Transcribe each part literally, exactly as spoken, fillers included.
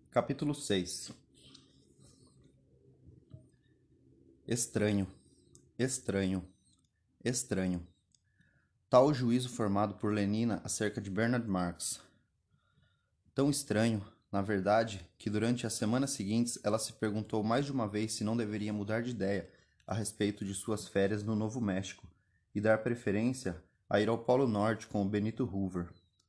Capítulo seis. Estranho, estranho, estranho. Tal o juízo formado por Lenina acerca de Bernard Marx. Tão estranho, na verdade, que durante as semanas seguintes ela se perguntou mais de uma vez se não deveria mudar de ideia a respeito de suas férias no Novo México e dar preferência a ir ao Polo Norte com o Benito Hoover.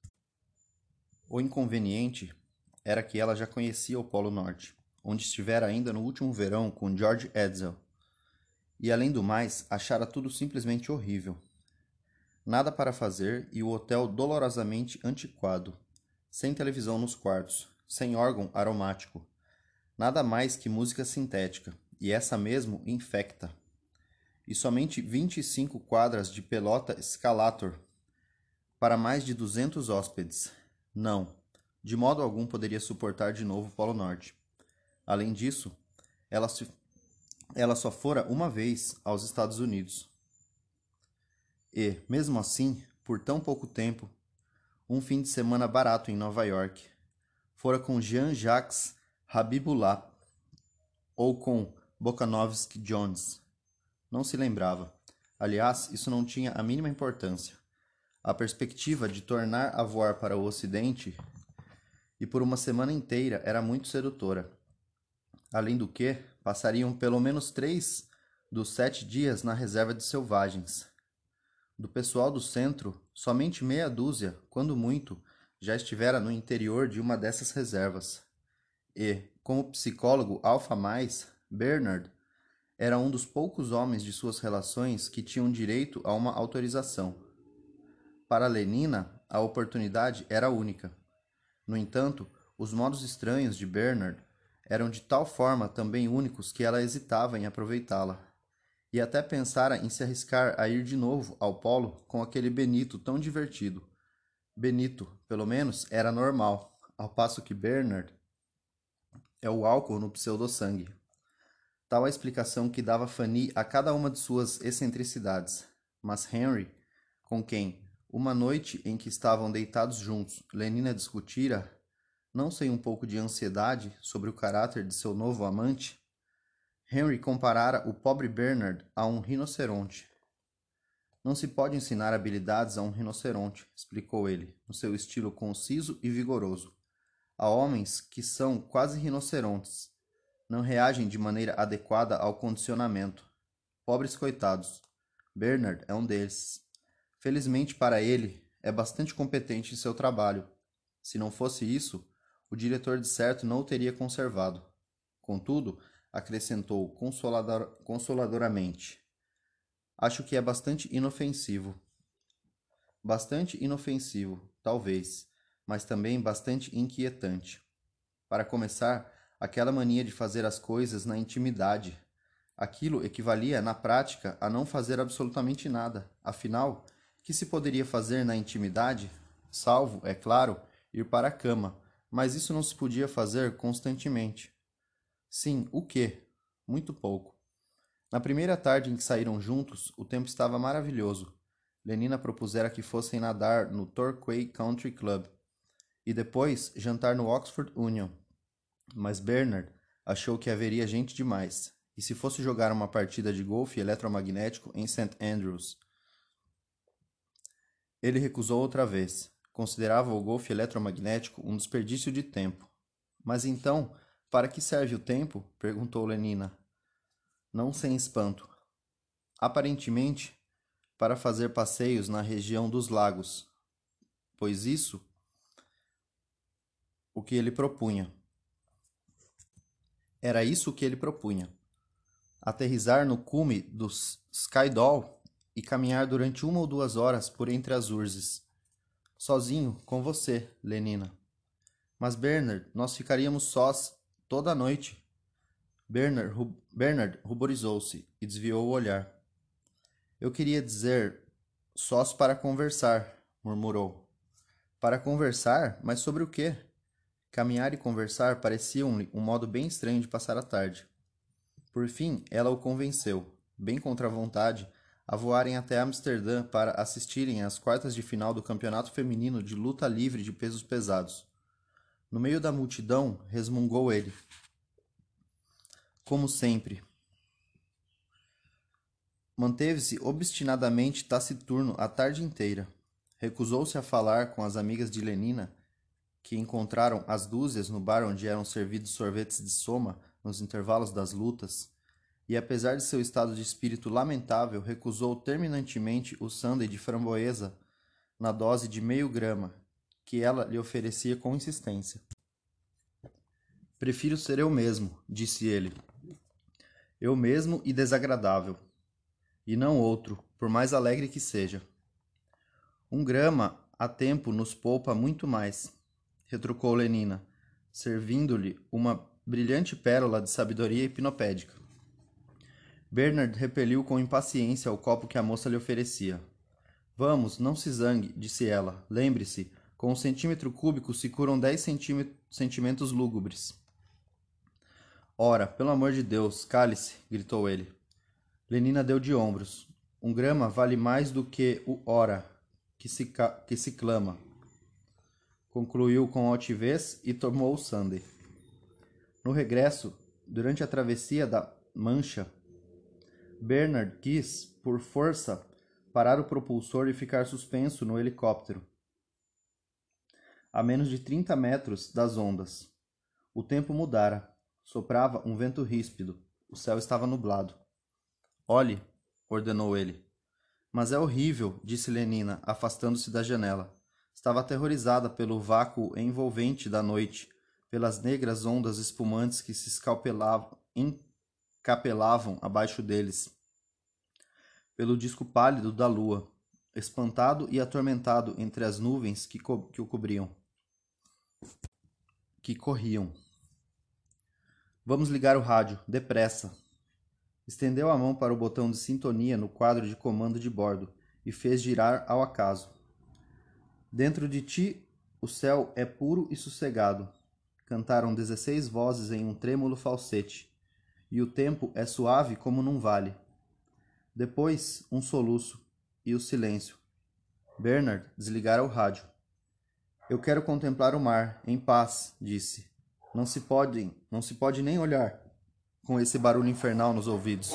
O inconveniente era que ela já conhecia o Polo Norte, onde estivera ainda no último verão com George Edsel, e além do mais, achara tudo simplesmente horrível. Nada para fazer e o hotel dolorosamente antiquado, sem televisão nos quartos, sem órgão aromático, nada mais que música sintética, e essa mesmo infecta. E somente vinte e cinco quadras de pelota escalator para mais de duzentos hóspedes. Não, de modo algum poderia suportar de novo o Polo Norte. Além disso, ela, se, ela só fora uma vez aos Estados Unidos. E, mesmo assim, por tão pouco tempo, um fim de semana barato em Nova York, fora com Jean-Jacques Habibullah ou com Bokanovsky Jones. Não se lembrava. Aliás, isso não tinha a mínima importância. A perspectiva de tornar a voar para o Ocidente e por uma semana inteira era muito sedutora. Além do que, passariam pelo menos três dos sete dias na reserva de selvagens. Do pessoal do centro, somente meia dúzia, quando muito, já estivera no interior de uma dessas reservas. E, como psicólogo alfa mais, Bernard era um dos poucos homens de suas relações que tinham direito a uma autorização. Para Lenina, a oportunidade era única. No entanto, os modos estranhos de Bernard eram de tal forma também únicos que ela hesitava em aproveitá-la. E até pensara em se arriscar a ir de novo ao polo com aquele Benito tão divertido. Benito, pelo menos, era normal, ao passo que Bernard é o álcool no pseudo-sangue. Tal a explicação que dava Fanny a cada uma de suas excentricidades. Mas Henry, com quem, uma noite em que estavam deitados juntos, Lenina discutira, não sem um pouco de ansiedade, sobre o caráter de seu novo amante, Henry comparara o pobre Bernard a um rinoceronte. Não se pode ensinar habilidades a um rinoceronte, explicou ele, no seu estilo conciso e vigoroso. Há homens que são quase rinocerontes. Não reagem de maneira adequada ao condicionamento. Pobres coitados. Bernard é um deles. Felizmente para ele, é bastante competente em seu trabalho. Se não fosse isso, o diretor de certo não o teria conservado. Contudo, acrescentou consolador, consoladoramente. Acho que é bastante inofensivo. Bastante inofensivo, talvez, mas também bastante inquietante. Para começar, aquela mania de fazer as coisas na intimidade. Aquilo equivalia, na prática, a não fazer absolutamente nada. Afinal, que se poderia fazer na intimidade? Salvo, é claro, ir para a cama, mas isso não se podia fazer constantemente. Sim, o quê? Muito pouco. Na primeira tarde em que saíram juntos, o tempo estava maravilhoso. Lenina propusera que fossem nadar no Torquay Country Club e depois jantar no Oxford Union. Mas Bernard achou que haveria gente demais, e se fosse jogar uma partida de golfe eletromagnético em Saint Andrews. Ele recusou outra vez. Considerava o golfe eletromagnético um desperdício de tempo. Mas então, para que serve o tempo? Perguntou Lenina. Não sem espanto. Aparentemente, para fazer passeios na região dos lagos, pois isso o que ele propunha. Era isso o que ele propunha. Aterrissar no cume do Skydall e caminhar durante uma ou duas horas por entre as urzes. Sozinho, com você, Lenina. Mas Bernard, nós ficaríamos sós toda a noite. Bernard, ru Bernard ruborizou-se e desviou o olhar. Eu queria dizer, sós para conversar, murmurou. Para conversar? Mas sobre o quê? Caminhar e conversar pareciam-lhe um modo bem estranho de passar a tarde. Por fim, ela o convenceu, bem contra a vontade, a voarem até Amsterdã para assistirem às quartas de final do Campeonato Feminino de Luta Livre de Pesos Pesados. No meio da multidão, resmungou ele. Como sempre. Manteve-se obstinadamente taciturno a tarde inteira. Recusou-se a falar com as amigas de Lenina, que encontraram às dúzias no bar onde eram servidos sorvetes de soma nos intervalos das lutas, e apesar de seu estado de espírito lamentável, recusou terminantemente o sundae de framboesa na dose de meio grama, que ela lhe oferecia com insistência. Prefiro ser eu mesmo, disse ele. Eu mesmo e desagradável. E não outro, por mais alegre que seja. Um grama a tempo nos poupa muito mais, retrucou Lenina, servindo-lhe uma brilhante pérola de sabedoria hipnopédica. Bernard repeliu com impaciência o copo que a moça lhe oferecia. Vamos, não se zangue, disse ela. Lembre-se, com um centímetro cúbico se curam dez sentimentos lúgubres. Ora, pelo amor de Deus, cale-se, gritou ele. Lenina deu de ombros. Um grama vale mais do que o ora, que se, que se clama. Concluiu com altivez e tomou o sundae. No regresso, durante a travessia da Mancha, Bernard quis, por força, parar o propulsor e ficar suspenso no helicóptero, a menos de trinta metros das ondas. O tempo mudara. Soprava um vento ríspido. O céu estava nublado. Olhe, ordenou ele. Mas é horrível, disse Lenina, afastando-se da janela. Estava aterrorizada pelo vácuo envolvente da noite, pelas negras ondas espumantes que se escalpelavam, encapelavam abaixo deles, pelo disco pálido da lua, espantado e atormentado entre as nuvens que, co que o cobriam, que corriam. Vamos ligar o rádio, depressa. Estendeu a mão para o botão de sintonia no quadro de comando de bordo e fez girar ao acaso. Dentro de ti, o céu é puro e sossegado. Cantaram dezesseis vozes em um trêmulo falsete, e o tempo é suave como num vale. Depois, um soluço e o silêncio. Bernard desligara o rádio. Eu quero contemplar o mar, em paz, disse. Não se pode, não se pode nem olhar com esse barulho infernal nos ouvidos.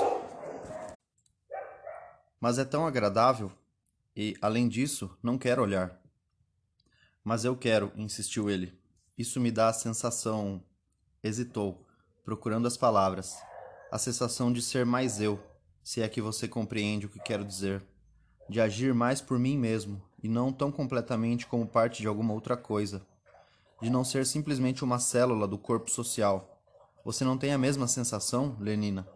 Mas é tão agradável e, além disso, não quero olhar. Mas eu quero, insistiu ele. Isso me dá a sensação... Hesitou, procurando as palavras. A sensação de ser mais eu, se é que você compreende o que quero dizer. De agir mais por mim mesmo, e não tão completamente como parte de alguma outra coisa. De não ser simplesmente uma célula do corpo social. Você não tem a mesma sensação, Lenina?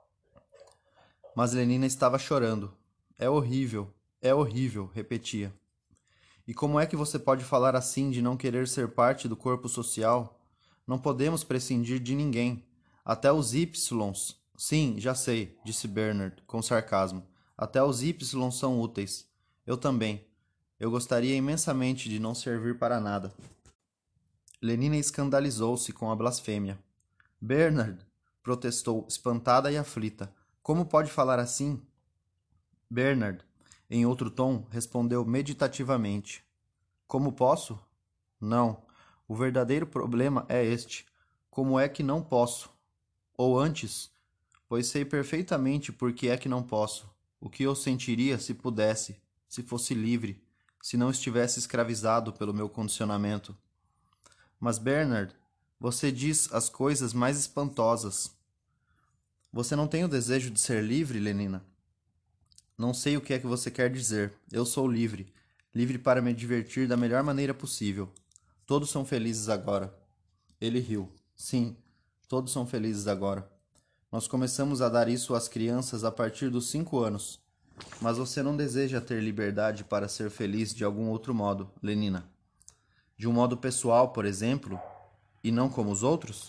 Mas Lenina estava chorando. É horrível, é horrível, repetia. E como é que você pode falar assim de não querer ser parte do corpo social? Não podemos prescindir de ninguém. Até os Ys. Sim, já sei, disse Bernard, com sarcasmo. Até os Y são úteis. Eu também. Eu gostaria imensamente de não servir para nada. Lenina escandalizou-se com a blasfêmia. Bernard, protestou, espantada e aflita. Como pode falar assim? Bernard, em outro tom, respondeu meditativamente. Como posso? Não. O verdadeiro problema é este. Como é que não posso? Ou antes, pois sei perfeitamente por que é que não posso. O que eu sentiria se pudesse, se fosse livre, se não estivesse escravizado pelo meu condicionamento. Mas, Bernard, você diz as coisas mais espantosas. Você não tem o desejo de ser livre, Lenina? Não sei o que é que você quer dizer. Eu sou livre. Livre para me divertir da melhor maneira possível. Todos são felizes agora. Ele riu. Sim, todos são felizes agora. Nós começamos a dar isso às crianças a partir dos cinco anos. Mas você não deseja ter liberdade para ser feliz de algum outro modo, Lenina? De um modo pessoal, por exemplo, e não como os outros?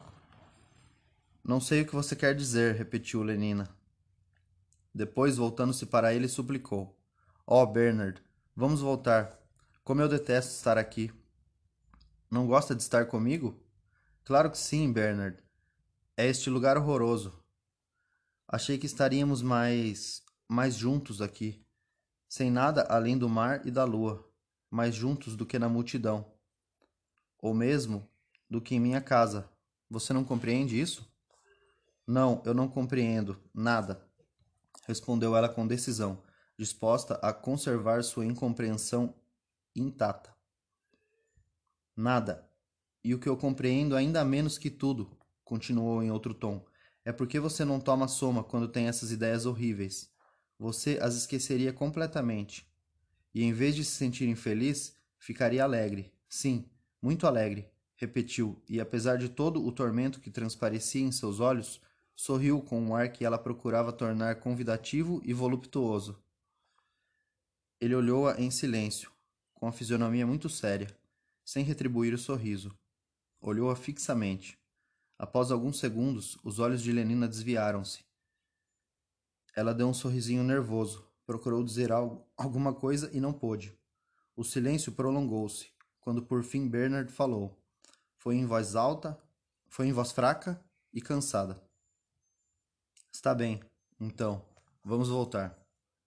Não sei o que você quer dizer, repetiu Lenina. Depois, voltando-se para ele, suplicou. Oh, Bernard, vamos voltar. Como eu detesto estar aqui. Não gosta de estar comigo? Claro que sim, Bernard. É este lugar horroroso. Achei que estaríamos mais... mais juntos aqui. Sem nada além do mar e da lua. Mais juntos do que na multidão. ou mesmo do que em minha casa. Você não compreende isso? Não, eu não compreendo nada, respondeu ela com decisão, disposta a conservar sua incompreensão intacta. Nada. E o que eu compreendo ainda menos que tudo, continuou em outro tom, é porque você não toma soma quando tem essas ideias horríveis. Você as esqueceria completamente. E em vez de se sentir infeliz, ficaria alegre. Sim, muito alegre, repetiu, e apesar de todo o tormento que transparecia em seus olhos, sorriu com um ar que ela procurava tornar convidativo e voluptuoso. Ele olhou-a em silêncio, com a fisionomia muito séria, sem retribuir o sorriso. Olhou-a fixamente. Após alguns segundos, os olhos de Lenina desviaram-se. Ela deu um sorrisinho nervoso, procurou dizer algo, alguma coisa e não pôde. O silêncio prolongou-se, quando por fim Bernard falou. Foi em voz alta, foi em voz fraca e cansada. Está bem, então, vamos voltar.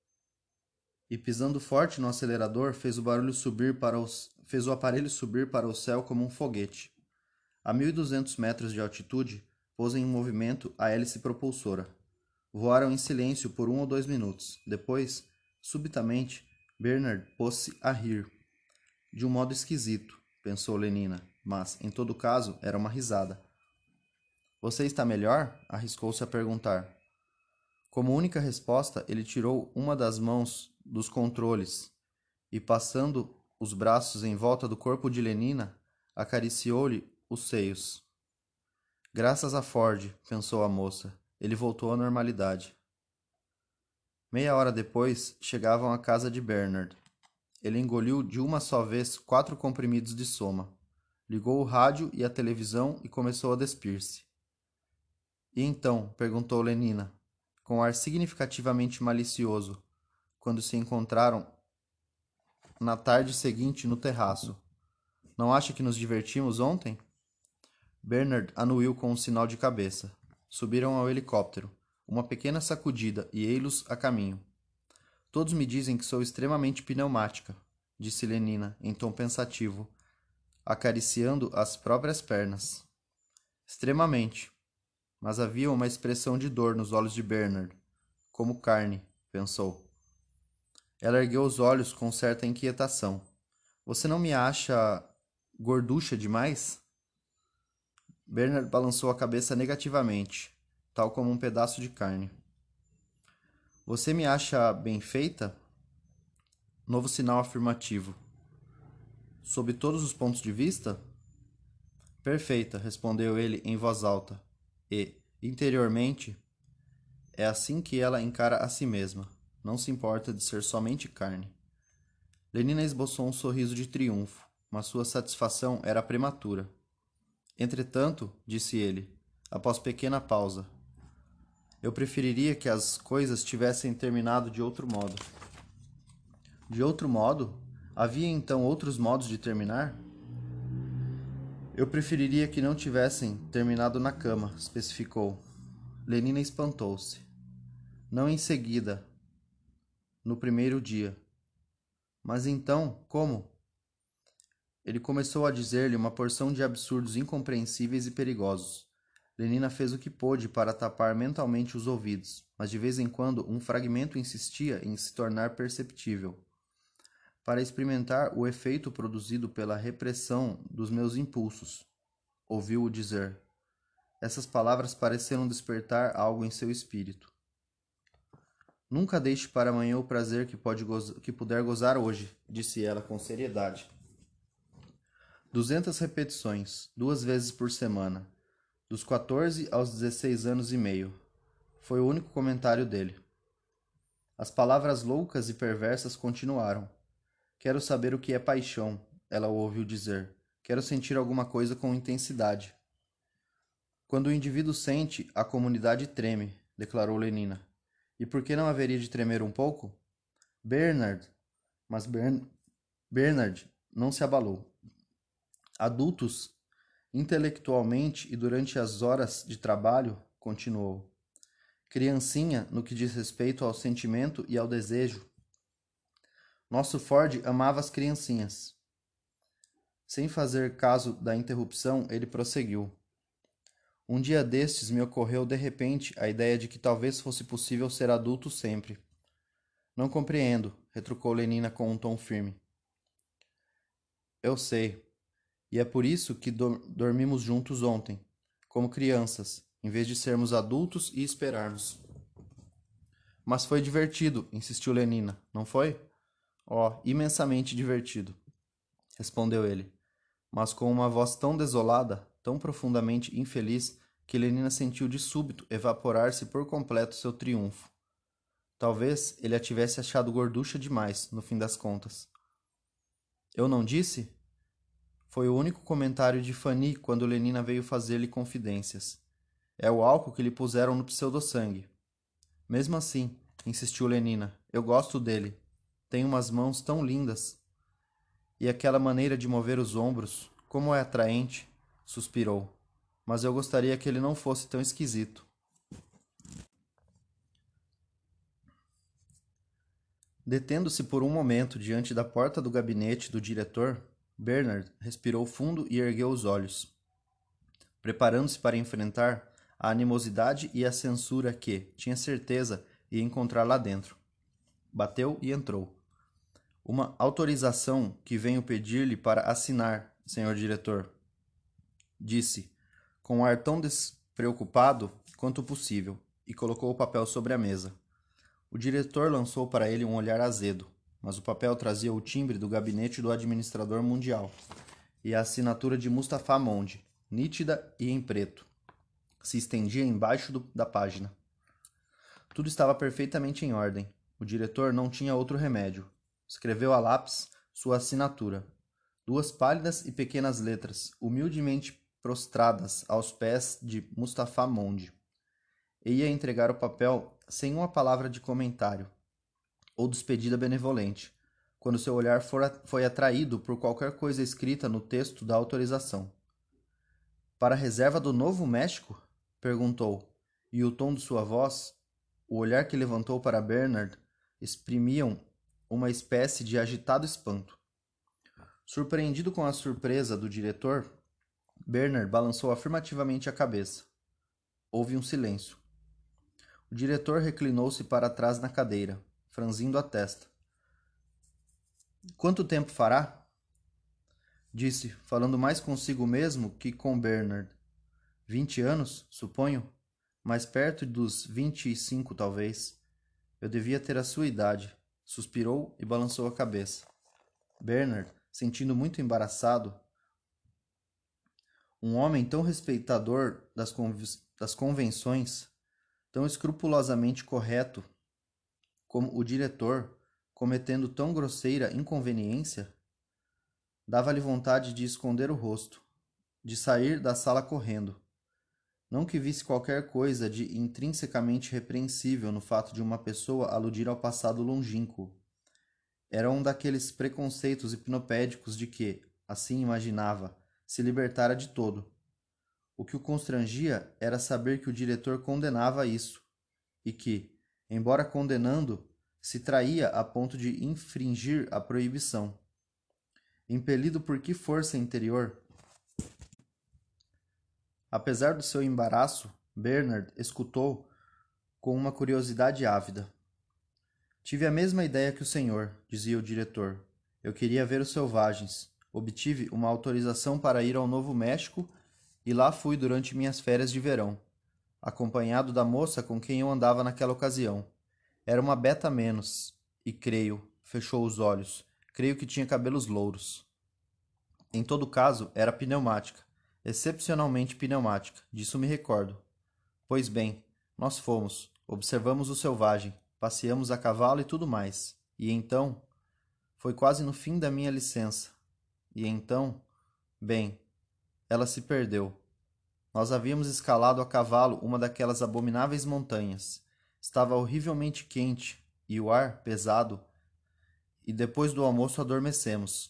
E pisando forte no acelerador, fez o barulho subir para os... fez o aparelho subir para o céu como um foguete. A mil e duzentos metros de altitude, pôs em movimento a hélice propulsora. Voaram em silêncio por um ou dois minutos. Depois, subitamente, Bernard pôs-se a rir. De um modo esquisito, pensou Lenina, mas, em todo caso, era uma risada. Você está melhor? Arriscou-se a perguntar. Como única resposta, ele tirou uma das mãos dos controles e, passando os braços em volta do corpo de Lenina, acariciou-lhe os seios. Graças a Ford, pensou a moça, ele voltou à normalidade. Meia hora depois, chegavam à casa de Bernard. Ele engoliu de uma só vez quatro comprimidos de soma. Ligou o rádio e a televisão e começou a despir-se. E então? Perguntou Lenina, com ar significativamente malicioso, quando se encontraram na tarde seguinte no terraço. Não acha que nos divertimos ontem? Bernard anuiu com um sinal de cabeça. Subiram ao helicóptero. Uma pequena sacudida e ei-los a caminho. Todos me dizem que sou extremamente pneumática, disse Lenina, em tom pensativo, acariciando as próprias pernas. Extremamente. Mas havia uma expressão de dor nos olhos de Bernard. Como carne, pensou. Ela ergueu os olhos com certa inquietação. Você não me acha gorducha demais? Bernard balançou a cabeça negativamente, tal como um pedaço de carne. Você me acha bem feita? Novo sinal afirmativo. Sob todos os pontos de vista? Perfeita, respondeu ele em voz alta. E, interiormente, é assim que ela encara a si mesma. Não se importa de ser somente carne. Lenina esboçou um sorriso de triunfo, mas sua satisfação era prematura. Entretanto, disse ele, após pequena pausa, eu preferiria que as coisas tivessem terminado de outro modo. De outro modo? Havia então outros modos de terminar? Eu preferiria que não tivessem terminado na cama, especificou. Lenina espantou-se. Não em seguida, no primeiro dia. Mas então, como? Ele começou a dizer-lhe uma porção de absurdos incompreensíveis e perigosos. Lenina fez o que pôde para tapar mentalmente os ouvidos, mas de vez em quando um fragmento insistia em se tornar perceptível. Para experimentar o efeito produzido pela repressão dos meus impulsos, ouviu-o dizer. Essas palavras pareceram despertar algo em seu espírito. Nunca deixe para amanhã o prazer que, pode goza- que puder gozar hoje, disse ela com seriedade. Duzentas repetições, duas vezes por semana, dos quatorze aos dezesseis anos e meio. Foi o único comentário dele. As palavras loucas e perversas continuaram. Quero saber o que é paixão, ela o ouviu dizer. Quero sentir alguma coisa com intensidade. Quando o indivíduo sente, a comunidade treme, declarou Lenina. E por que não haveria de tremer um pouco? Bernard, mas Bern... Bernard não se abalou. Adultos, intelectualmente e durante as horas de trabalho, continuou. Criancinha no que diz respeito ao sentimento e ao desejo. Nosso Ford amava as criancinhas. Sem fazer caso da interrupção, ele prosseguiu. Um dia destes me ocorreu de repente a ideia de que talvez fosse possível ser adulto sempre. Não compreendo, retrucou Lenina com um tom firme. Eu sei. E é por isso que do- dormimos juntos ontem, como crianças, em vez de sermos adultos e esperarmos. Mas foi divertido, insistiu Lenina, não foi? Oh, imensamente divertido, respondeu ele, mas com uma voz tão desolada, tão profundamente infeliz, que Lenina sentiu de súbito evaporar-se por completo seu triunfo. Talvez ele a tivesse achado gorducha demais, no fim das contas. Eu não disse? Foi o único comentário de Fanny quando Lenina veio fazer-lhe confidências. É o álcool que lhe puseram no pseudo-sangue. Mesmo assim, insistiu Lenina, eu gosto dele. Tem umas mãos tão lindas. E aquela maneira de mover os ombros, como é atraente, suspirou. Mas eu gostaria que ele não fosse tão esquisito. Detendo-se por um momento diante da porta do gabinete do diretor, Bernard respirou fundo e ergueu os olhos, preparando-se para enfrentar a animosidade e a censura que, tinha certeza, ia encontrar lá dentro. Bateu e entrou. Uma autorização que venho pedir-lhe para assinar, senhor diretor, disse, com um ar tão despreocupado quanto possível, e colocou o papel sobre a mesa. O diretor lançou para ele um olhar azedo, mas o papel trazia o timbre do gabinete do administrador mundial e a assinatura de Mustafa Monde, nítida e em preto, se estendia embaixo do, da página. Tudo estava perfeitamente em ordem. O diretor não tinha outro remédio. Escreveu a lápis sua assinatura. Duas pálidas e pequenas letras, humildemente prostradas aos pés de Mustafa Monde. E ia entregar o papel sem uma palavra de comentário ou despedida benevolente, quando seu olhar for, foi atraído por qualquer coisa escrita no texto da autorização. Para a reserva do Novo México? Perguntou, e o tom de sua voz, o olhar que levantou para Bernard, exprimiam uma espécie de agitado espanto. Surpreendido com a surpresa do diretor, Bernard balançou afirmativamente a cabeça. Houve um silêncio. O diretor reclinou-se para trás na cadeira, franzindo a testa. Quanto tempo fará? Disse, falando mais consigo mesmo que com Bernard. Vinte anos, suponho? Mais perto dos vinte e cinco, talvez. Eu devia ter a sua idade. Suspirou e balançou a cabeça. Bernard, sentindo muito embaraçado, um homem tão respeitador das, das convenções, tão escrupulosamente correto como o diretor, cometendo tão grosseira inconveniência, dava-lhe vontade de esconder o rosto, de sair da sala correndo. Não que visse qualquer coisa de intrinsecamente repreensível no fato de uma pessoa aludir ao passado longínquo. Era um daqueles preconceitos hipnopédicos de que, assim imaginava, se libertara de todo. O que o constrangia era saber que o diretor condenava isso, e que, embora condenando, se traía a ponto de infringir a proibição. Impelido por que força interior? Apesar do seu embaraço, Bernard escutou com uma curiosidade ávida. Tive a mesma ideia que o senhor, dizia o diretor. Eu queria ver os selvagens. Obtive uma autorização para ir ao Novo México e lá fui durante minhas férias de verão, acompanhado da moça com quem eu andava naquela ocasião. Era uma beta menos, e creio, fechou os olhos, creio que tinha cabelos louros. Em todo caso, era pneumática, excepcionalmente pneumática, disso me recordo. Pois bem, nós fomos, observamos o selvagem, passeamos a cavalo e tudo mais. E então, foi quase no fim da minha licença. E então, bem, ela se perdeu. Nós havíamos escalado a cavalo uma daquelas abomináveis montanhas. Estava horrivelmente quente e o ar pesado, e depois do almoço adormecemos.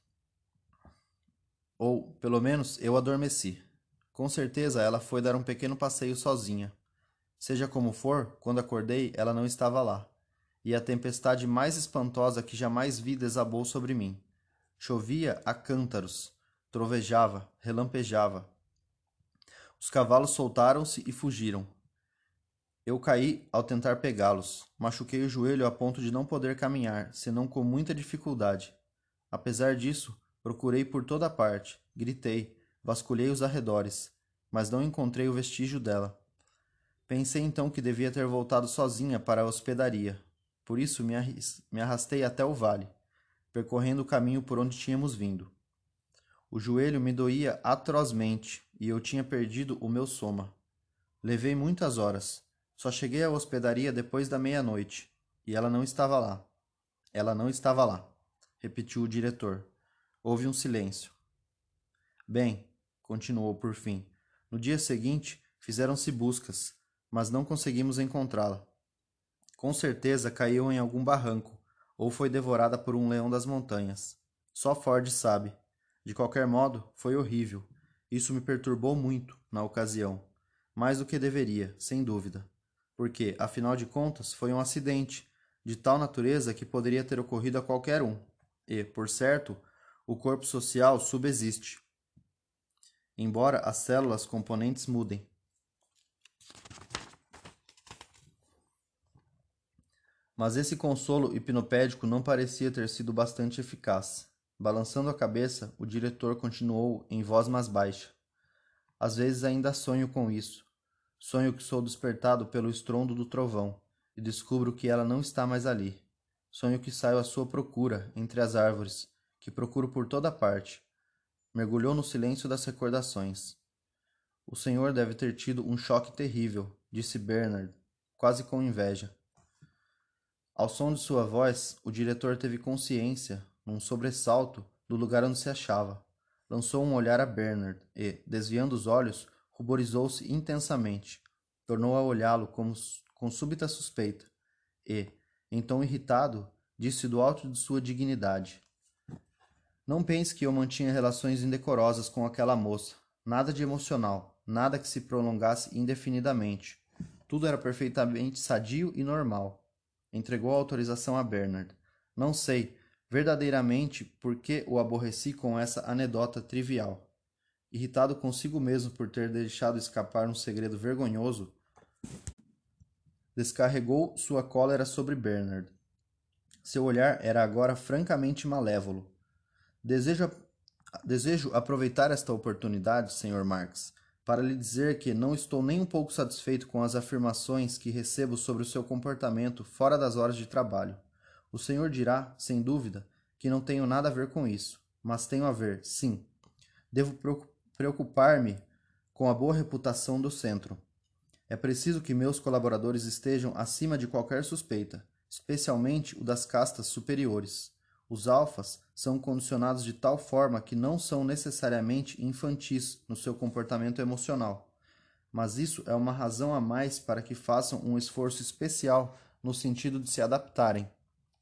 Ou, pelo menos, eu adormeci. Com certeza ela foi dar um pequeno passeio sozinha. Seja como for, quando acordei, ela não estava lá. E a tempestade mais espantosa que jamais vi desabou sobre mim. Chovia a cântaros. trovejava, relampejava. Os cavalos soltaram-se e fugiram. Eu caí ao tentar pegá-los. Machuquei o joelho a ponto de não poder caminhar, senão com muita dificuldade. Apesar disso, procurei por toda parte, gritei, vasculhei os arredores, mas não encontrei o vestígio dela. Pensei então que devia ter voltado sozinha para a hospedaria. Por isso me, arris- me arrastei até o vale, percorrendo o caminho por onde tínhamos vindo. O joelho me doía atrozmente e eu tinha perdido o meu soma. Levei muitas horas. Só cheguei à hospedaria depois da meia-noite. E ela não estava lá. Ela não estava lá, repetiu o diretor. Houve um silêncio. Bem, continuou por fim, no dia seguinte fizeram-se buscas, mas não conseguimos encontrá-la. Com certeza caiu em algum barranco, ou foi devorada por um leão das montanhas. Só Ford sabe. De qualquer modo, foi horrível. Isso me perturbou muito, na ocasião. Mais do que deveria, sem dúvida. Porque, afinal de contas, foi um acidente, de tal natureza que poderia ter ocorrido a qualquer um. E, por certo, o corpo social subsiste, embora as células componentes mudem. Mas esse consolo hipnopédico não parecia ter sido bastante eficaz. Balançando a cabeça, o diretor continuou em voz mais baixa. Às vezes ainda sonho com isso. Sonho que sou despertado pelo estrondo do trovão e descubro que ela não está mais ali. Sonho que saio à sua procura entre as árvores, que procuro por toda parte. Mergulhou no silêncio das recordações. O senhor deve ter tido um choque terrível, disse Bernard, quase com inveja. Ao som de sua voz, o diretor teve consciência, num sobressalto, do lugar onde se achava. Lançou um olhar a Bernard e, desviando os olhos, ruborizou-se intensamente. Tornou a olhá-lo como, com súbita suspeita e, em tom irritado, disse do alto de sua dignidade: Não pense que eu mantinha relações indecorosas com aquela moça. Nada de emocional, nada que se prolongasse indefinidamente. Tudo era perfeitamente sadio e normal. Entregou a autorização a Bernard. Não sei, verdadeiramente, por que o aborreci com essa anedota trivial. Irritado consigo mesmo por ter deixado escapar um segredo vergonhoso, descarregou sua cólera sobre Bernard. Seu olhar era agora francamente malévolo. Desejo, desejo aproveitar esta oportunidade, senhor Marx, para lhe dizer que não estou nem um pouco satisfeito com as afirmações que recebo sobre o seu comportamento fora das horas de trabalho. O senhor dirá, sem dúvida, que não tenho nada a ver com isso, mas tenho a ver, sim. Devo preocupar-me com a boa reputação do centro. É preciso que meus colaboradores estejam acima de qualquer suspeita, especialmente o das castas superiores. Os alfas são condicionados de tal forma que não são necessariamente infantis no seu comportamento emocional. Mas isso é uma razão a mais para que façam um esforço especial no sentido de se adaptarem.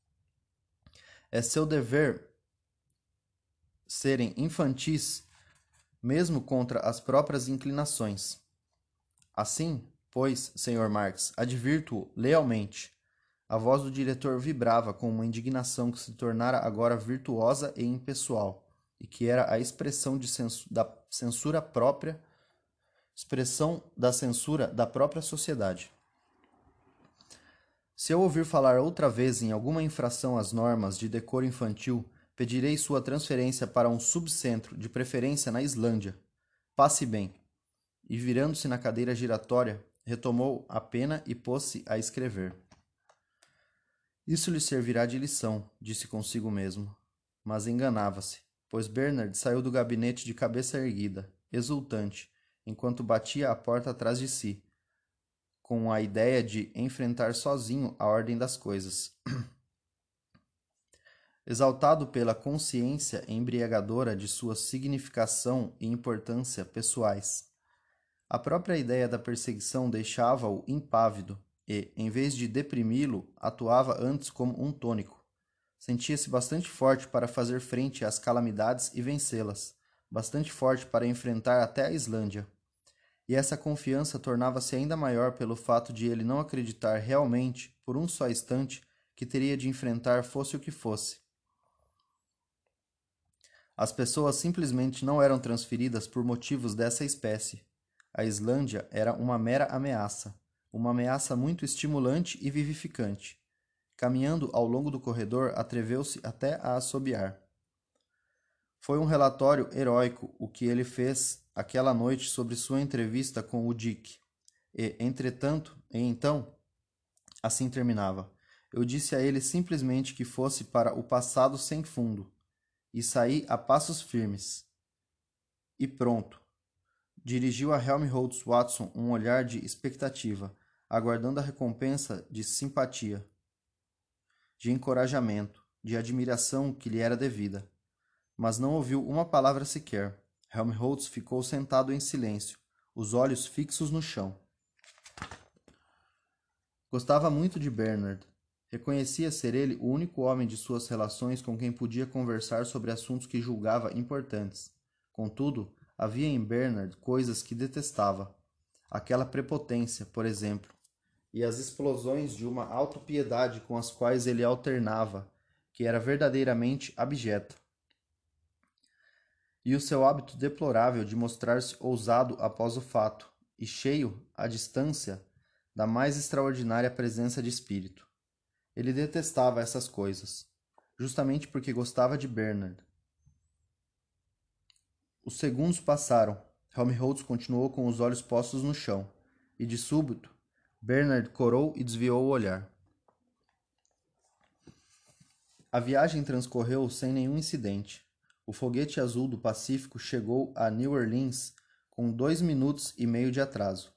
É seu dever serem infantis, mesmo contra as próprias inclinações. Assim, pois, senhor Marx, advirto-o lealmente. A voz do diretor vibrava com uma indignação que se tornara agora virtuosa e impessoal, e que era a expressão de censu- da censura própria, expressão da censura da própria sociedade. Se eu ouvir falar outra vez em alguma infração às normas de decoro infantil, pedirei sua transferência para um subcentro, de preferência na Islândia. Passe bem. E virando-se na cadeira giratória, retomou a pena e pôs-se a escrever. Isso lhe servirá de lição, disse consigo mesmo. Mas enganava-se, pois Bernard saiu do gabinete de cabeça erguida, exultante, enquanto batia a porta atrás de si, com a ideia de enfrentar sozinho a ordem das coisas. Exaltado pela consciência embriagadora de sua significação e importância pessoais. A própria ideia da perseguição deixava-o impávido e, em vez de deprimi-lo, atuava antes como um tônico. Sentia-se bastante forte para fazer frente às calamidades e vencê-las, bastante forte para enfrentar até a Islândia. E essa confiança tornava-se ainda maior pelo fato de ele não acreditar realmente, por um só instante, que teria de enfrentar fosse o que fosse. As pessoas simplesmente não eram transferidas por motivos dessa espécie. A Islândia era uma mera ameaça, uma ameaça muito estimulante e vivificante. Caminhando ao longo do corredor, atreveu-se até a assobiar. Foi um relatório heróico o que ele fez aquela noite sobre sua entrevista com o Dick. E, entretanto, e então, assim terminava. Eu disse a ele simplesmente que fosse para o passado sem fundo, e saí a passos firmes. E pronto. Dirigiu a Helmholtz Watson um olhar de expectativa, aguardando a recompensa de simpatia, de encorajamento, de admiração que lhe era devida. Mas não ouviu uma palavra sequer. Helmholtz ficou sentado em silêncio, os olhos fixos no chão. Gostava muito de Bernard. Reconhecia ser ele o único homem de suas relações com quem podia conversar sobre assuntos que julgava importantes. Contudo, havia em Bernard coisas que detestava. Aquela prepotência, por exemplo, e as explosões de uma autopiedade com as quais ele alternava, que era verdadeiramente abjeta. E o seu hábito deplorável de mostrar-se ousado após o fato, e cheio, à distância, da mais extraordinária presença de espírito. Ele detestava essas coisas, justamente porque gostava de Bernard. Os segundos passaram. Helmholtz continuou com os olhos postos no chão, e de súbito, Bernard corou e desviou o olhar. A viagem transcorreu sem nenhum incidente. O foguete azul do Pacífico chegou a New Orleans com dois minutos e meio de atraso.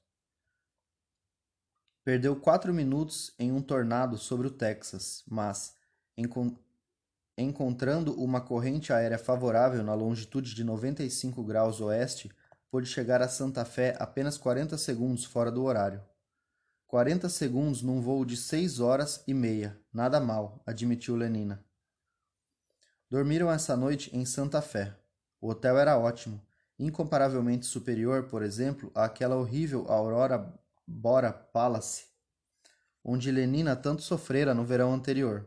Perdeu quatro minutos em um tornado sobre o Texas, mas, encon encontrando uma corrente aérea favorável na longitude de noventa e cinco graus oeste, pôde chegar a Santa Fé apenas quarenta segundos fora do horário. quarenta segundos num voo de seis horas e meia, nada mal, admitiu Lenina. Dormiram essa noite em Santa Fé. O hotel era ótimo, incomparavelmente superior, por exemplo, àquela horrível Aurora Bora Palace, onde Lenina tanto sofrera no verão anterior.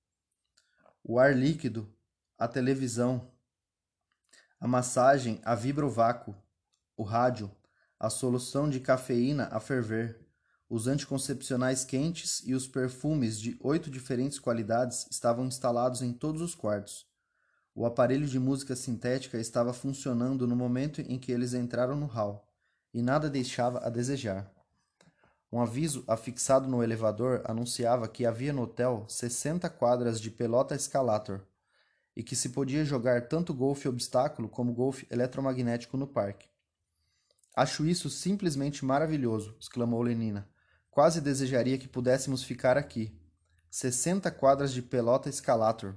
O ar líquido, a televisão, a massagem a vibrovácuo, o rádio, a solução de cafeína a ferver, os anticoncepcionais quentes e os perfumes de oito diferentes qualidades estavam instalados em todos os quartos. O aparelho de música sintética estava funcionando no momento em que eles entraram no hall, e nada deixava a desejar. Um aviso afixado no elevador anunciava que havia no hotel sessenta quadras de pelota escalator e que se podia jogar tanto golfe obstáculo como golfe eletromagnético no parque. Acho isso simplesmente maravilhoso, exclamou Lenina. Quase desejaria que pudéssemos ficar aqui. Sessenta quadras de pelota escalator.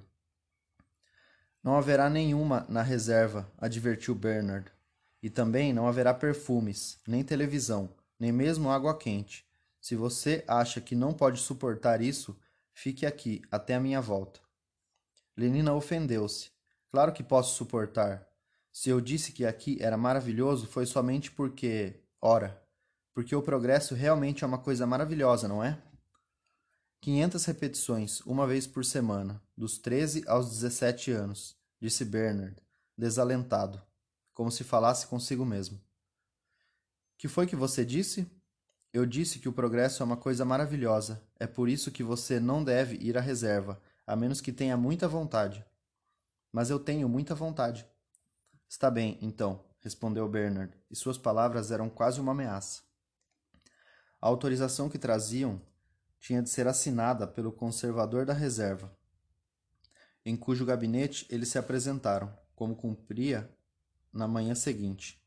Não haverá nenhuma na reserva, advertiu Bernard. E também não haverá perfumes, nem televisão, nem mesmo água quente. Se você acha que não pode suportar isso, fique aqui até a minha volta. Lenina ofendeu-se. Claro que posso suportar. Se eu disse que aqui era maravilhoso, foi somente porque... Ora, porque o progresso realmente é uma coisa maravilhosa, não é? Quinhentas repetições, uma vez por semana, dos treze aos dezessete anos, disse Bernard, desalentado, como se falasse consigo mesmo. Que foi que você disse? Eu disse que o progresso é uma coisa maravilhosa. É por isso que você não deve ir à reserva, a menos que tenha muita vontade. Mas eu tenho muita vontade. Está bem, então, respondeu Bernard, e suas palavras eram quase uma ameaça. A autorização que traziam tinha de ser assinada pelo conservador da reserva, em cujo gabinete eles se apresentaram, como cumpria na manhã seguinte.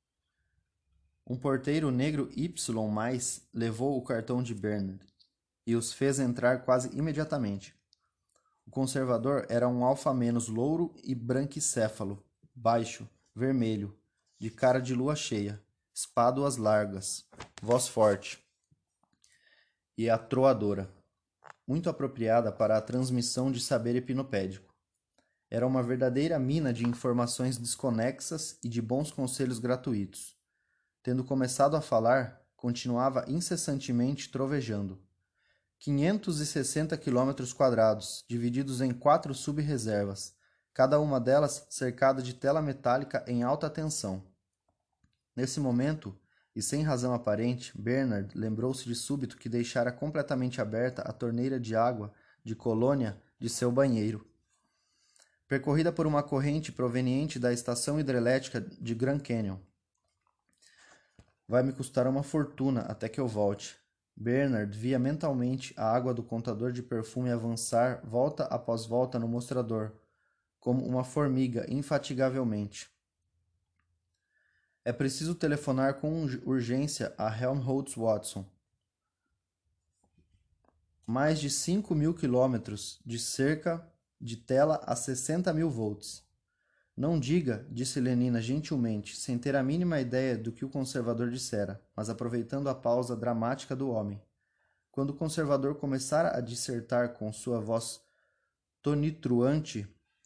Um porteiro negro Y mais levou o cartão de Bernard e os fez entrar quase imediatamente. O conservador era um alfamenos louro e branquicéfalo, baixo, vermelho, de cara de lua cheia, espáduas largas, voz forte e atroadora, muito apropriada para a transmissão de saber hipnopédico. Era uma verdadeira mina de informações desconexas e de bons conselhos gratuitos. Tendo começado a falar, continuava incessantemente trovejando. quinhentos e sessenta quilômetros quadrados, divididos em quatro sub-reservas, cada uma delas cercada de tela metálica em alta tensão. Nesse momento, e sem razão aparente, Bernard lembrou-se de súbito que deixara completamente aberta a torneira de água de colônia de seu banheiro. Percorrida por uma corrente proveniente da estação hidrelétrica de Grand Canyon. Vai me custar uma fortuna até que eu volte. Bernard via mentalmente a água do contador de perfume avançar volta após volta no mostrador, como uma formiga infatigavelmente. É preciso telefonar com urgência a Helmholtz Watson. Mais de cinco mil quilômetros de cerca de tela a sessenta mil volts. Não diga, disse Lenina gentilmente, sem ter a mínima ideia do que o conservador dissera, mas aproveitando a pausa dramática do homem. Quando o conservador começara a dissertar com sua voz tonitruante,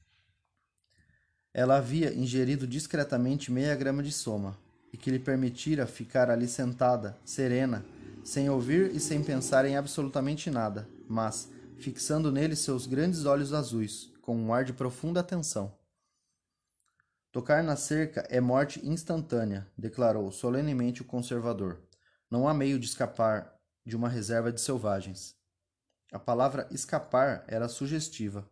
ela havia ingerido discretamente meia grama de soma, e que lhe permitira ficar ali sentada, serena, sem ouvir e sem pensar em absolutamente nada, mas fixando nele seus grandes olhos azuis, com um ar de profunda atenção. Tocar na cerca é morte instantânea, declarou solenemente o conservador. Não há meio de escapar de uma reserva de selvagens. A palavra escapar era sugestiva.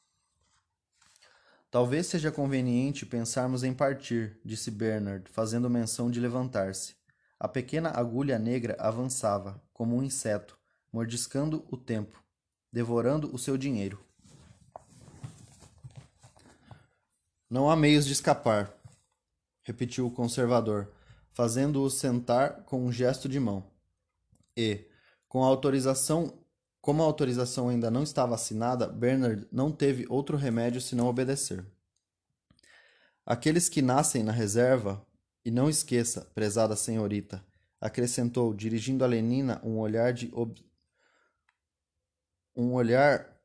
Talvez seja conveniente pensarmos em partir, disse Bernard, fazendo menção de levantar-se. A pequena agulha negra avançava, como um inseto, mordiscando o tempo, devorando o seu dinheiro. Não há meios de escapar, repetiu o conservador, fazendo-o sentar com um gesto de mão. E, com a autorização, como a autorização ainda não estava assinada, Bernard não teve outro remédio senão obedecer. Aqueles que nascem na reserva, e não esqueça, prezada senhorita, acrescentou, dirigindo a Lenina um olhar de ob... um olhar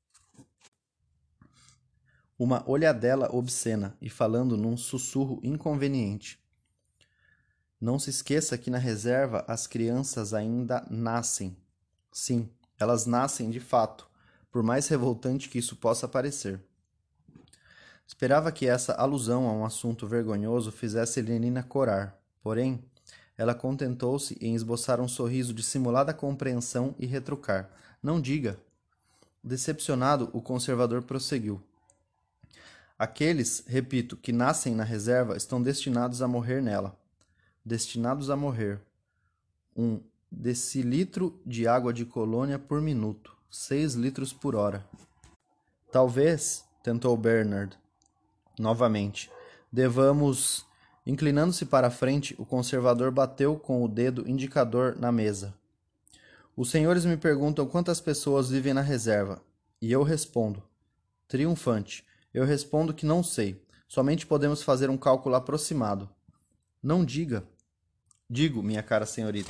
uma olhadela obscena e falando num sussurro inconveniente. Não se esqueça que na reserva as crianças ainda nascem. Sim, elas nascem de fato, por mais revoltante que isso possa parecer. Esperava que essa alusão a um assunto vergonhoso fizesse Lenina corar, porém, ela contentou-se em esboçar um sorriso de simulada compreensão e retrucar. Não diga. Decepcionado, o conservador prosseguiu. Aqueles, repito, que nascem na reserva estão destinados a morrer nela. Destinados a morrer. Um decilitro de água de colônia por minuto, seis litros por hora. Talvez, tentou Bernard, novamente, devamos... Inclinando-se para a frente, o conservador bateu com o dedo indicador na mesa. Os senhores me perguntam quantas pessoas vivem na reserva, e eu respondo, triunfante, eu respondo que não sei, somente podemos fazer um cálculo aproximado. Não diga. Digo, minha cara senhorita.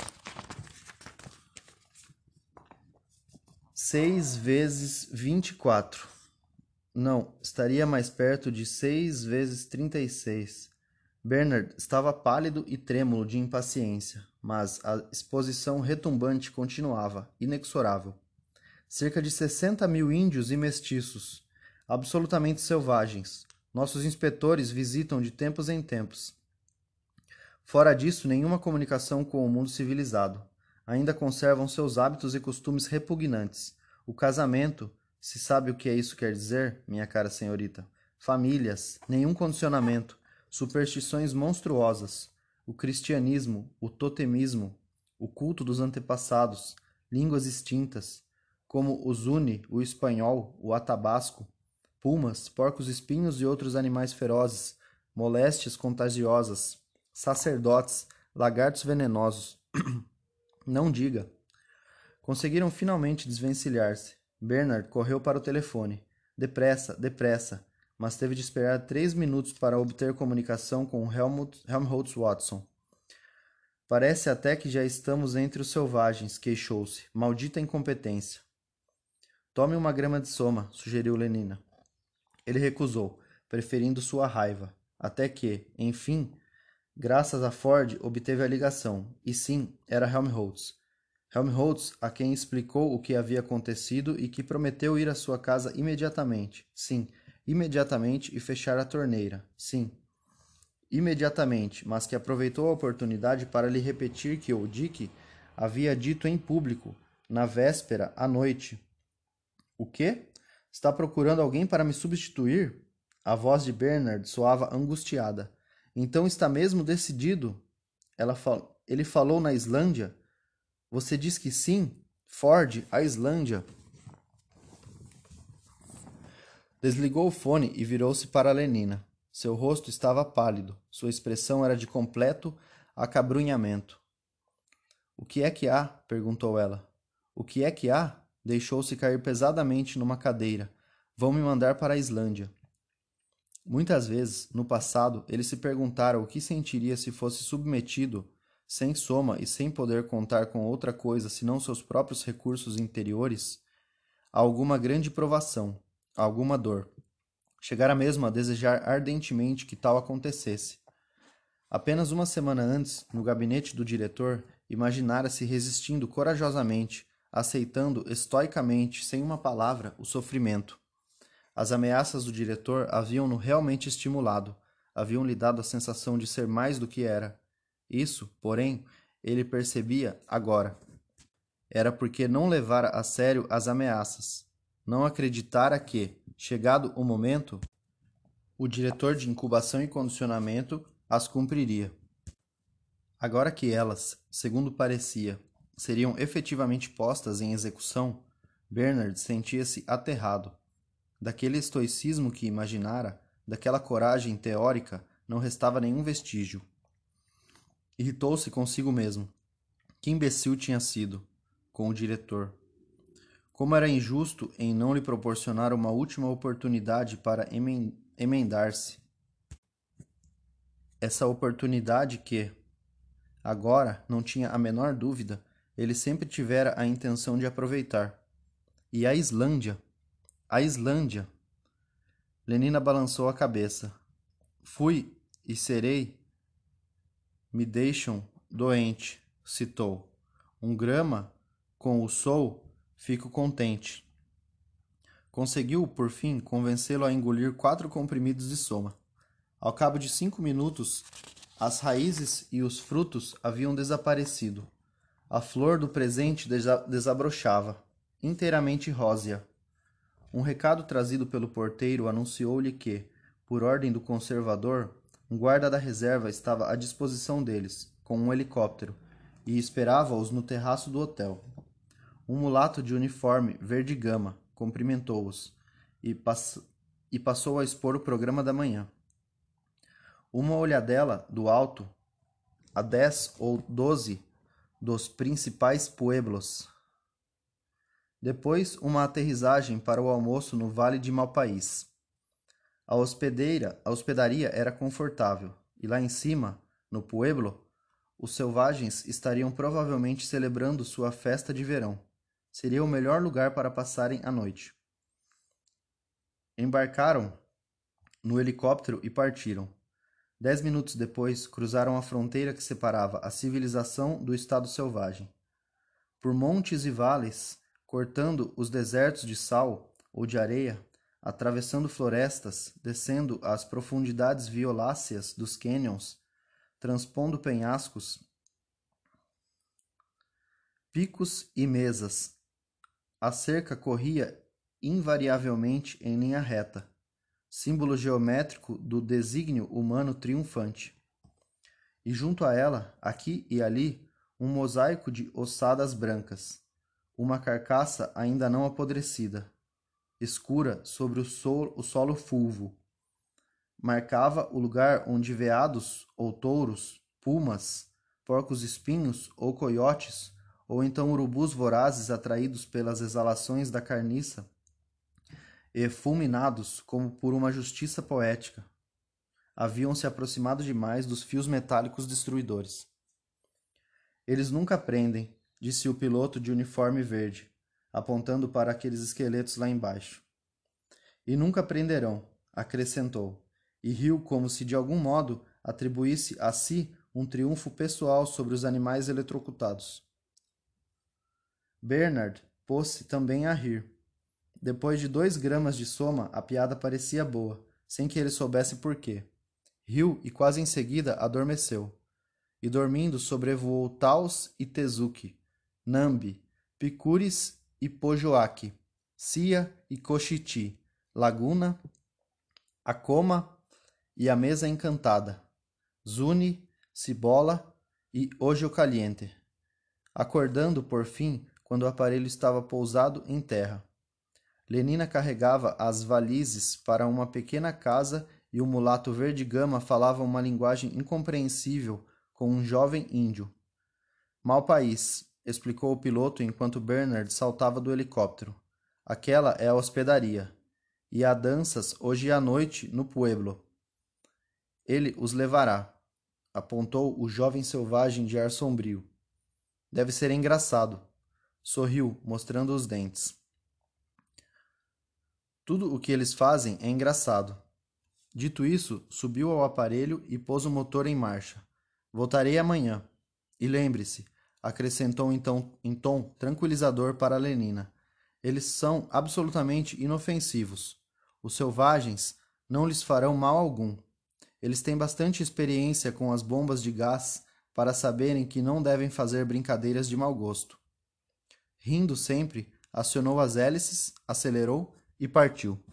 Seis vezes vinte e quatro. Não, estaria mais perto de seis vezes trinta e seis. Bernard estava pálido e trêmulo de impaciência, mas a exposição retumbante continuava, inexorável. Cerca de sessenta mil índios e mestiços, absolutamente selvagens. Nossos inspetores visitam de tempos em tempos. Fora disso, nenhuma comunicação com o mundo civilizado. Ainda conservam seus hábitos e costumes repugnantes. O casamento, se sabe o que isso quer dizer, minha cara senhorita. Famílias, nenhum condicionamento, superstições monstruosas. O cristianismo, o totemismo, o culto dos antepassados, línguas extintas, como o zuni, o espanhol, o atabasco, pumas, porcos-espinhos e outros animais ferozes, moléstias contagiosas, sacerdotes, lagartos venenosos. Não diga. Conseguiram finalmente desvencilhar-se. Bernard correu para o telefone. Depressa, depressa, mas teve de esperar três minutos para obter comunicação com Helmut, Helmholtz Watson. Parece até que já estamos entre os selvagens, queixou-se. Maldita incompetência. Tome uma grama de soma, sugeriu Lenina. Ele recusou, preferindo sua raiva, até que, enfim, graças a Ford, obteve a ligação, e sim, era Helmholtz. Helmholtz, a quem explicou o que havia acontecido e que prometeu ir à sua casa imediatamente. Sim, imediatamente e fechar a torneira. Sim, imediatamente, mas que aproveitou a oportunidade para lhe repetir que o Dick havia dito em público, na véspera, à noite. O quê? Está procurando alguém para me substituir? A voz de Bernard soava angustiada. Então está mesmo decidido? Ela fal... Ele falou na Islândia? Você diz que sim? Ford, a Islândia. Desligou o fone e virou-se para Lenina. Seu rosto estava pálido. Sua expressão era de completo acabrunhamento. O que é que há? Perguntou ela. O que é que há? Deixou-se cair pesadamente numa cadeira. Vão me mandar para a Islândia. Muitas vezes, no passado, ele se perguntara o que sentiria se fosse submetido, sem soma e sem poder contar com outra coisa senão seus próprios recursos interiores, a alguma grande provação, a alguma dor. Chegara mesmo a desejar ardentemente que tal acontecesse. Apenas uma semana antes, no gabinete do diretor, imaginara-se resistindo corajosamente, aceitando estoicamente, sem uma palavra, o sofrimento. As ameaças do diretor haviam-no realmente estimulado, haviam-lhe dado a sensação de ser mais do que era. Isso, porém, ele percebia agora. Era porque não levara a sério as ameaças. Não acreditara que, chegado o momento, o diretor de incubação e condicionamento as cumpriria. Agora que elas, segundo parecia, seriam efetivamente postas em execução, Bernard sentia-se aterrado. Daquele estoicismo que imaginara, daquela coragem teórica, não restava nenhum vestígio. Irritou-se consigo mesmo. Que imbecil tinha sido, com o diretor. Como era injusto em não lhe proporcionar uma última oportunidade para emendar-se. Essa oportunidade que, agora, não tinha a menor dúvida, ele sempre tivera a intenção de aproveitar. E a Islândia? A Islândia! Lenina balançou a cabeça. Fui e serei. Me deixam doente, citou. Um grama, com o sou, fico contente. Conseguiu, por fim, convencê-lo a engolir quatro comprimidos de soma. Ao cabo de cinco minutos, as raízes e os frutos haviam desaparecido. A flor do presente desabrochava, inteiramente rósea. Um recado trazido pelo porteiro anunciou-lhe que, por ordem do conservador, um guarda da reserva estava à disposição deles, com um helicóptero, e esperava-os no terraço do hotel. Um mulato de uniforme verde-gama cumprimentou-os e, pass e passou a expor o programa da manhã. Uma olhadela do alto a dez ou doze dos principais pueblos. Depois, uma aterrissagem para o almoço no Vale de Malpaís. A hospedeira, a hospedaria era confortável, e lá em cima, no pueblo, os selvagens estariam provavelmente celebrando sua festa de verão. Seria o melhor lugar para passarem a noite. Embarcaram no helicóptero e partiram. Dez minutos depois, cruzaram a fronteira que separava a civilização do estado selvagem. Por montes e vales, cortando os desertos de sal ou de areia, atravessando florestas, descendo às profundidades violáceas dos cânions, transpondo penhascos, picos e mesas. A cerca corria invariavelmente em linha reta, símbolo geométrico do desígnio humano triunfante. E junto a ela, aqui e ali, um mosaico de ossadas brancas, uma carcaça ainda não apodrecida, escura sobre o solo, o solo fulvo. Marcava o lugar onde veados ou touros, pumas, porcos-espinhos ou coiotes, ou então urubus vorazes atraídos pelas exalações da carniça, e fulminados como por uma justiça poética, haviam se aproximado demais dos fios metálicos destruidores. Eles nunca aprendem, disse o piloto de uniforme verde, apontando para aqueles esqueletos lá embaixo. E nunca aprenderão, acrescentou, e riu como se de algum modo atribuísse a si um triunfo pessoal sobre os animais eletrocutados. Bernard pôs-se também a rir. Depois de dois gramas de soma, a piada parecia boa, sem que ele soubesse por quê. Riu e quase em seguida adormeceu. E dormindo sobrevoou Taos e Tezuki, Nambi, Picuris e Pojoaque, Cia e Cochiti, Laguna, Acoma e a Mesa Encantada, Zuni, Cibola e Ojo Caliente, acordando por fim quando o aparelho estava pousado em terra. Lenina carregava as valizes para uma pequena casa e o mulato verde-gama falava uma linguagem incompreensível com um jovem índio. Mau país, explicou o piloto enquanto Bernard saltava do helicóptero. Aquela é a hospedaria. E há danças hoje à noite no pueblo. Ele os levará, apontou o jovem selvagem de ar sombrio. Deve ser engraçado. Sorriu, mostrando os dentes. Tudo o que eles fazem é engraçado. Dito isso, subiu ao aparelho e pôs o motor em marcha. Voltarei amanhã. E lembre-se, acrescentou então em tom tranquilizador para Lenina, eles são absolutamente inofensivos. Os selvagens não lhes farão mal algum. Eles têm bastante experiência com as bombas de gás para saberem que não devem fazer brincadeiras de mau gosto. Rindo sempre, acionou as hélices, acelerou e partiu.